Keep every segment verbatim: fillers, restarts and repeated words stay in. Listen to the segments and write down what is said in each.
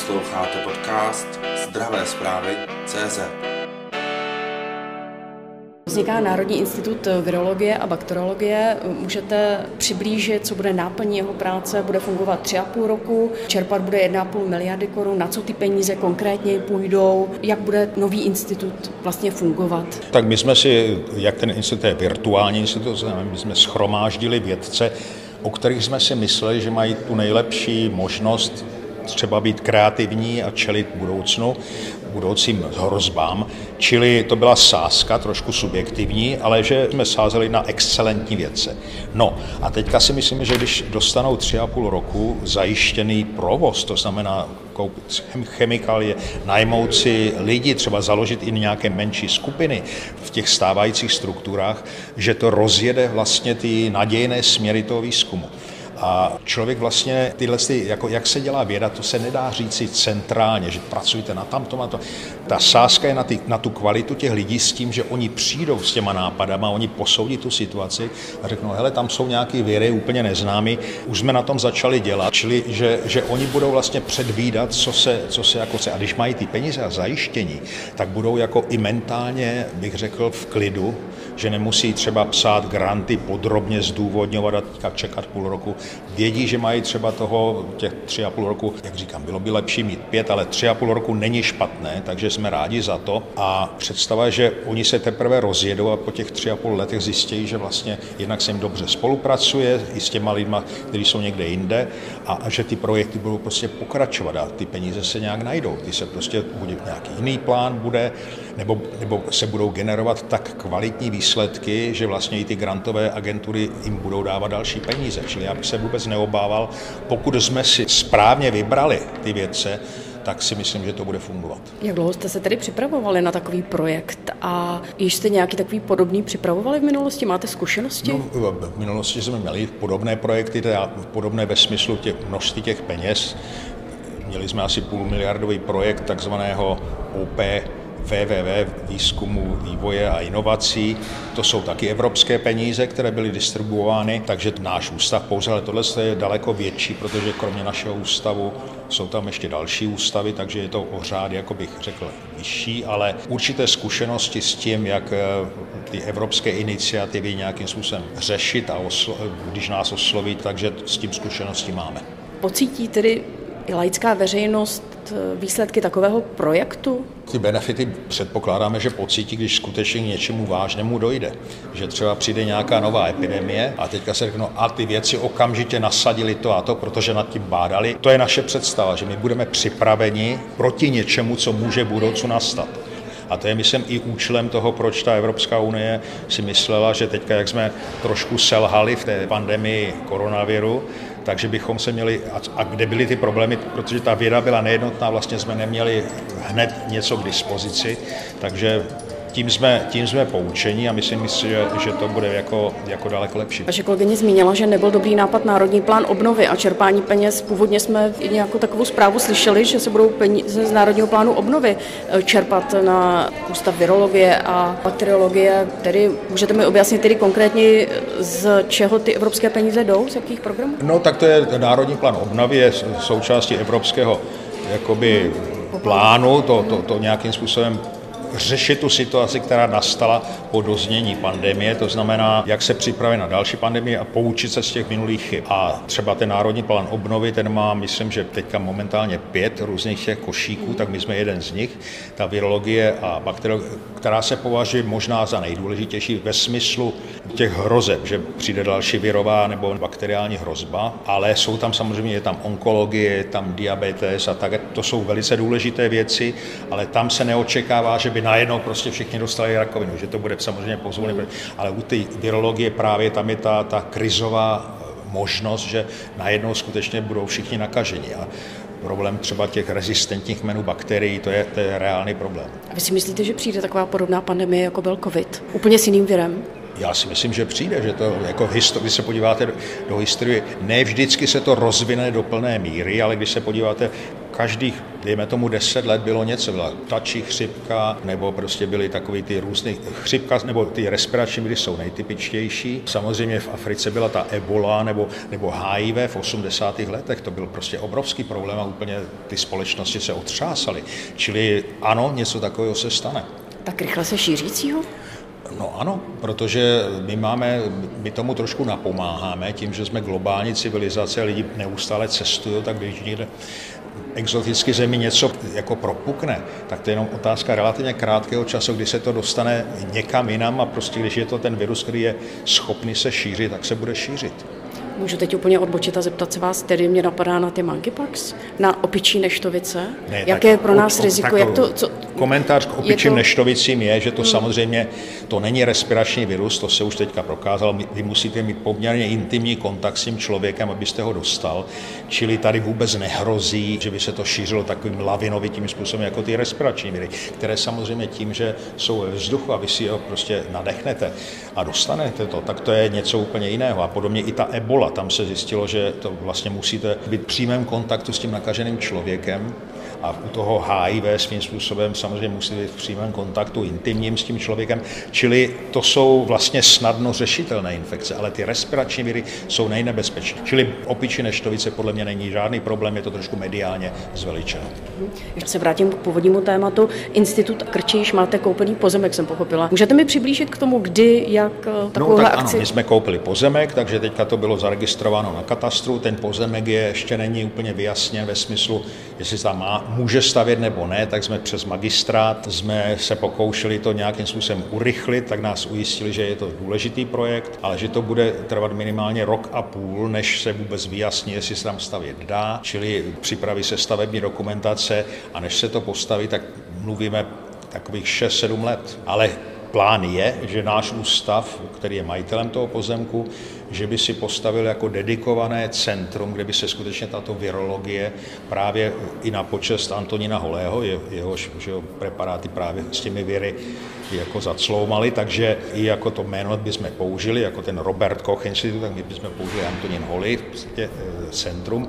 Posloucháte podcast Zdravé zprávy tečka cé zet. Vzniká Národní institut virologie a bakteriologie. Můžete přiblížit, co bude náplní jeho práce? Bude fungovat tři a půl roku, čerpat bude jedna a půl miliardy korun. Na co ty peníze konkrétně půjdou? Jak bude nový institut vlastně fungovat? Tak my jsme si, jak ten institut je virtuální institut, my jsme shromáždili vědce, o kterých jsme si mysleli, že mají tu nejlepší možnost třeba být kreativní a čelit budoucnu, budoucím hrozbám. Čili to byla sázka, trošku subjektivní, ale že jsme sázeli na excelentní vědce. No a teďka si myslím, že když dostanou tři a půl roku zajištěný provoz, to znamená koupit chemikálie, najmout si lidi, třeba založit i nějaké menší skupiny v těch stávajících strukturách, že to rozjede vlastně ty nadějné směry toho výzkumu. A člověk vlastně tyhle, jako jak se dělá věda, to se nedá říci centrálně, že pracujete na tamtom a to. Ta sázka je na, ty, na tu kvalitu těch lidí s tím, že oni přijdou s těma nápadama, oni posoudí tu situaci a řeknou, hele, tam jsou nějaké věry úplně neznámý, už jsme na tom začali dělat, čili že, že oni budou vlastně předvídat, co se, co se jako se. A když mají ty peníze a zajištění, tak budou jako i mentálně, bych řekl, v klidu, že nemusí třeba psát granty, podrobně zdůvodňovat a teďka čekat půl roku. Vědí, že mají třeba toho těch tři a půl roku, jak říkám, bylo by lepší mít pět, ale tři a půl roku není špatné, takže jsme rádi za to. A představa, že oni se teprve rozjedou a po těch tři a půl letech zjistí, že vlastně jednak se jim dobře spolupracuje i s těma lidma, kteří jsou někde jinde a, a že ty projekty budou prostě pokračovat a ty peníze se nějak najdou. Ty se prostě bude nějaký jiný plán bude, nebo, nebo se budou generovat tak kvalitní výsledky, že vlastně i ty grantové agentury jim budou dávat další peníze. Čili já bych se vůbec neobával. Pokud jsme si správně vybrali ty vědce, tak si myslím, že to bude fungovat. Jak dlouho jste se tedy připravovali na takový projekt a již jste nějaký takový podobný připravovali v minulosti? Máte zkušenosti? No, v minulosti jsme měli podobné projekty, teda podobné ve smyslu těch množství těch peněz. Měli jsme asi půlmiliardový projekt takzvaného O P W W W, výzkumu, vývoje a inovací. To jsou taky evropské peníze, které byly distribuovány, takže náš ústav pouze, ale tohle je daleko větší, protože kromě našeho ústavu jsou tam ještě další ústavy, takže je to o řád, jako bych řekl, vyšší, ale určité zkušenosti s tím, jak ty evropské iniciativy nějakým způsobem řešit a oslo- když nás osloví, takže s tím zkušenosti máme. Pocítí tedy i laická veřejnost výsledky takového projektu? Ty benefity předpokládáme, že pocítí, když skutečně k něčemu vážnému dojde. Že třeba přijde nějaká nová epidemie a teďka se řeknou, a ty věci okamžitě nasadili to a to, protože nad tím bádali. To je naše představa, že my budeme připraveni proti něčemu, co může v budoucnu nastat. A to je, myslím, i účelem toho, proč ta Evropská unie si myslela, že teďka, jak jsme trošku selhali v té pandemii koronaviru, takže bychom se měli, a kde byly ty problémy, protože ta věda byla nejednotná, vlastně jsme neměli hned něco k dispozici, takže tím jsme, tím jsme poučeni a myslím si, že, že to bude jako, jako daleko lepší. Vaše kolegyně zmínila, že nebyl dobrý nápad Národní plán obnovy a čerpání peněz. Původně jsme i nějakou takovou zprávu slyšeli, že se budou peníze z Národního plánu obnovy čerpat na Ústav virologie a bakteriologie. Tedy můžete mi objasnit tedy konkrétně, z čeho ty evropské peníze jdou, z jakých programů? No tak to je Národní plán obnovy, je součástí evropského jakoby plánu, to, to, to nějakým způsobem řešit tu situaci, která nastala po doznění pandemie, to znamená, jak se připravit na další pandemie a poučit se z těch minulých chyb. A třeba ten Národní plán obnovy, ten má, myslím, že teďka momentálně pět různých těch košíků, tak my jsme jeden z nich, ta virologie a bakteriologie, která se považuje možná za nejdůležitější ve smyslu těch hrozeb, že přijde další virová nebo bakteriální hrozba, ale jsou tam samozřejmě, je tam onkologie, je tam diabetes a tak, to jsou velice důležité věci, ale tam se neočekává, že by najednou prostě všichni dostali rakovinu, že to bude samozřejmě pozvolně, ale u té virologie právě tam je ta, ta krizová možnost, že najednou skutečně budou všichni nakaženi. A problém třeba těch rezistentních kmenů bakterií, to je, to je reálný problém. A vy si myslíte, že přijde taková podobná pandemie, jako byl covid? Úplně s jiným virem? Já si myslím, že přijde, že to jako historii, když se podíváte do, do historie, ne vždycky se to rozvine do plné míry, ale když se podíváte každých, dejme tomu deset let bylo něco, byla ptačí chřipka, nebo prostě byly takový ty různé chřipka, nebo ty respirační viry jsou nejtypičtější. Samozřejmě v Africe byla ta ebola nebo, nebo H I V v osmdesátých letech, to byl prostě obrovský problém a úplně ty společnosti se otřásaly. Čili ano, něco takového se stane. Tak rychle se šířícího? No ano, protože my máme, my tomu trošku napomáháme tím, že jsme globální civilizace, lidi neustále cestují, tak když někde exotické zemi něco jako propukne, tak to je jenom otázka relativně krátkého času, kdy se to dostane někam jinam a prostě když je to ten virus, který je schopný se šířit, tak se bude šířit. Můžu teď úplně odbočit a zeptat se vás, tedy mě napadá na ty monkeypox, na opičí neštovice. Ne, Jaké je pro nás o, o, riziko? tak, Jak to, co, komentář k opičím to... neštovicím je, že to hmm. samozřejmě to není respirační virus, to se už teďka prokázalo. Vy musíte mít poměrně intimní kontakt s tím člověkem, abyste ho dostal. Čili tady vůbec nehrozí, že by se to šířilo takovým lavinovitým způsobem jako ty respirační viry, které samozřejmě tím, že jsou ve vzduchu a vy si ho prostě nadechnete a dostanete to, tak to je něco úplně jiného. A podobně i ta ebola. Tam se zjistilo, že to vlastně musíte být v přímém kontaktu s tím nakaženým člověkem a u toho H I V svým způsobem samozřejmě musíte být v přímém kontaktu intimním s tím člověkem, čili to jsou vlastně snadno řešitelné infekce, ale ty respirační viry jsou nejnebezpečnější. Čili opičí neštovice podle mě není žádný problém, je to trošku mediálně zveličeno. Když se vrátím k původnímu tématu, Institut Krčiš, máte koupený pozemek, jsem pochopila. Můžete mi přiblížit k tomu, kdy, jak takovouhle no, tak akci? Ano, my jsme koupili pozemek, takže teďka to bylo zaregistrováno na katastru. Ten pozemek je ještě není úplně vyjasněn ve smyslu, jestli se tam má, může stavět nebo ne, tak jsme přes magistrát jsme se pokoušeli to nějakým způsobem urychlit, tak nás ujistili, že je to důležitý projekt, ale že to bude trvat minimálně rok a půl, než se vůbec vyjasní, jestli se tam stavět dá, čili připraví se stavební dokumentace a než se to postaví, tak mluvíme takových šest sedm let. Ale plán je, že náš ústav, který je majitelem toho pozemku, že by si postavil jako dedikované centrum, kde by se skutečně tato virologie právě i na počest Antonína Holého, jehož jeho preparáty právě s těmi viry jako zacloumaly, takže i jako to jméno bychom použili, jako ten Robert Koch Institut, tak my bychom použili Antonín Holý, prostě centrum,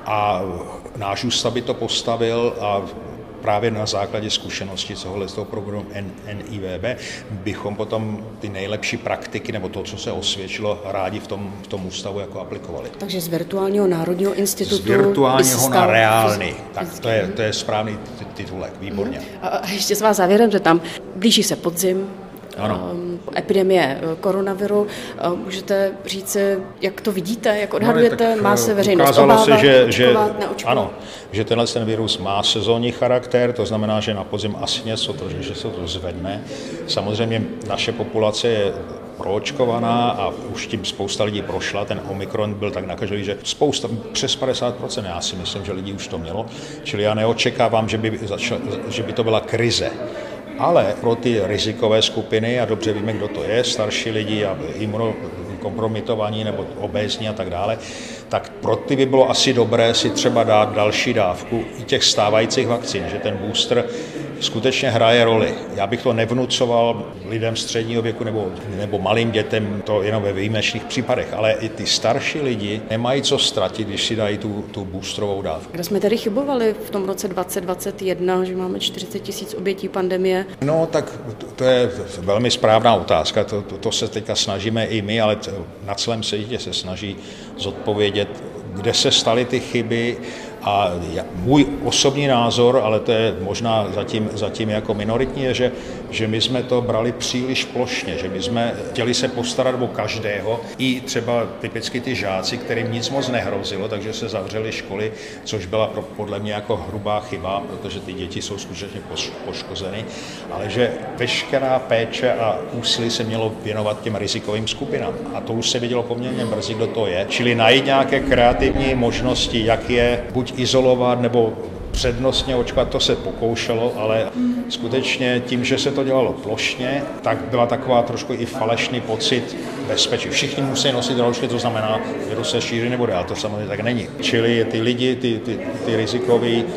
a náš ústav by to postavil a právě na základě zkušenosti tohohle z toho programu N I V B bychom potom ty nejlepší praktiky nebo to, co se osvědčilo, rádi v tom, v tom ústavu jako aplikovali. Takže z virtuálního národního institutu z virtuálního na reálný. Tak fyzický. to je, to je správný titulek, výborně. Mm. A ještě s vás závěrem, že tam blíží se podzim, ano. Epidemie koronaviru. Můžete říct, jak to vidíte, jak odhadujete, no, má se veřejnost obávat, se, že, očkovat, že, neočkovat? Ano, že tenhle ten virus má sezónní charakter, to znamená, že na podzim asi něco, to, že se to zvedne. Samozřejmě naše populace je proočkovaná a už tím spousta lidí prošla, ten Omikron byl tak nakažlivý, že spousta, přes padesát procent, já si myslím, že lidí už to mělo, čili já neočekávám, že by, začal, že by to byla krize. Ale pro ty rizikové skupiny, a dobře víme, kdo to je, starší lidi a imunokompromitovaní nebo obézní a tak dále, tak pro ty by bylo asi dobré si třeba dát další dávku i těch stávajících vakcín, že ten booster skutečně hraje roli. Já bych to nevnucoval lidem středního věku nebo, nebo malým dětem, to jenom ve výjimečných případech, ale i ty starší lidi nemají co ztratit, když si dají tu, tu boosterovou dávku. Kde jsme tedy chybovali v tom roce dvacet dvacet jedna, že máme čtyřicet tisíc obětí pandemie? No tak to je velmi správná otázka, to, to, to se teďka snažíme i my, ale na celém světě se snaží zodpovědět, kde se staly ty chyby. A můj osobní názor, ale to je možná zatím, zatím jako minoritní, je, že, že my jsme to brali příliš plošně, že my jsme chtěli se postarat o každého, i třeba typicky ty žáci, kterým nic moc nehrozilo, takže se zavřely školy, což byla pro, podle mě jako hrubá chyba, protože ty děti jsou skutečně poškozeny, ale že veškerá péče a úsilí se mělo věnovat těm rizikovým skupinám. A to už se vidělo poměrně brzy, kdo to je. Čili najít nějaké kreativní možnosti, jak je buď izolovat nebo přednostně očkovat, to se pokoušelo, ale skutečně tím, že se to dělalo plošně, tak byla taková trošku i falešný pocit bezpečí. Všichni musí nosit roušky, to znamená, virus se šíří nebo dál, to samozřejmě tak není. Čili ty lidi, ty, ty, ty rizikoví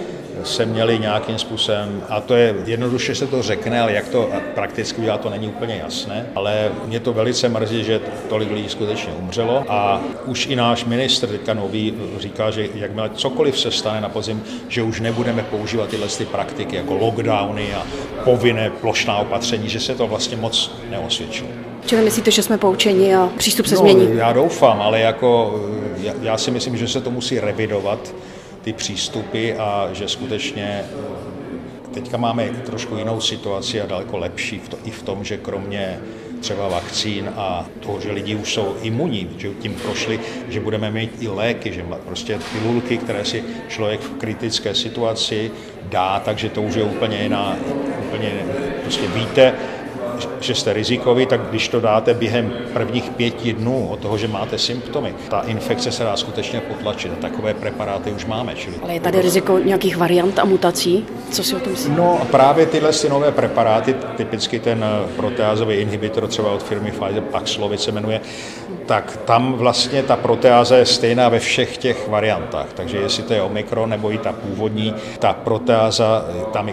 se měli nějakým způsobem, a to je, jednoduše se to řekne, ale jak to prakticky udělat, to není úplně jasné, ale mě to velice mrzí, že tolik lidí skutečně umřelo a už i náš ministr teďka nový říká, že jakmile cokoliv se stane na podzim, že už nebudeme používat tyhle ty praktiky jako lockdowny a povinné plošná opatření, že se to vlastně moc neosvědčilo. Čili myslíte, že jsme poučeni a přístup se no, změní? Já doufám, ale jako já, já si myslím, že se to musí revidovat, ty přístupy a že skutečně teďka máme trošku jinou situaci a daleko lepší v to, i v tom, že kromě třeba vakcín a toho, že lidi už jsou imunní, že tím prošli, že budeme mít i léky, že prostě pilulky, které si člověk v kritické situaci dá, takže to už je úplně jiná, úplně prostě víte, že jste rizikoví, tak když to dáte během prvních pěti dnů od toho, že máte symptomy, ta infekce se dá skutečně potlačit a takové preparáty už máme. Čili ale je tady riziko nějakých variant a mutací? Co si o tom myslíte? No a právě tyhle ty nové preparáty, typicky ten proteázový inhibitor třeba od firmy Pfizer, Paxlovid se jmenuje, tak tam vlastně ta proteáza je stejná ve všech těch variantách. Takže jestli to je Omikron nebo i ta původní, ta proteáza, tam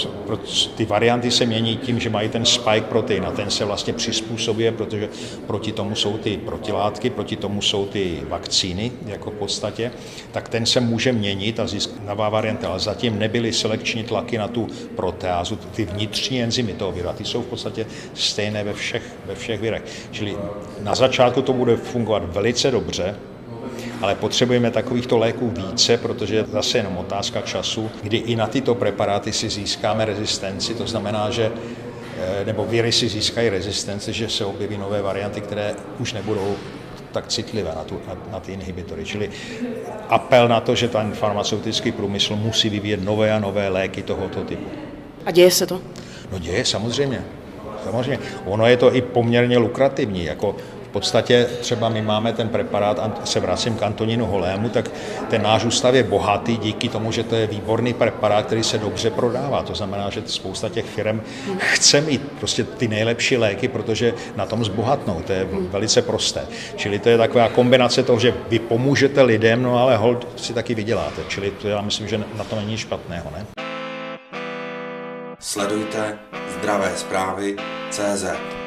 ty varianty se mění tím, že mají ten spike protein a ten se vlastně přizpůsobuje, protože proti tomu jsou ty protilátky, proti tomu jsou ty vakcíny jako v podstatě, tak ten se může měnit a získat nová varianta, ale zatím nebyly selekční tlaky na tu proteázu, ty vnitřní enzymy toho viru, a ty jsou v podstatě stejné ve všech, ve všech virech. Čili na začátku to bude fungovat velice dobře, ale potřebujeme takovýchto léků více, protože je zase jenom otázka času, kdy i na tyto preparáty si získáme rezistenci, to znamená, že nebo viry si získají rezistenci, že se objeví nové varianty, které už nebudou tak citlivé na, tu, na, na ty inhibitory. Čili apel na to, že ten farmaceutický průmysl musí vyvíjet nové a nové léky tohoto typu. A děje se to? No děje, samozřejmě. Samozřejmě. Ono je to i poměrně lukrativní, jako v podstatě třeba my máme ten preparát, a se vracím k Antonínu Holému, tak ten náš ústav je bohatý díky tomu, že to je výborný preparát, který se dobře prodává. To znamená, že spousta těch firm chce mít prostě ty nejlepší léky, protože na tom zbohatnou. To je velice prosté. Čili to je taková kombinace toho, že vy pomůžete lidem, no ale hold si taky vyděláte. Čili to já myslím, že na to není špatného, ne? Sledujte zdravé zprávy tečka cé zet.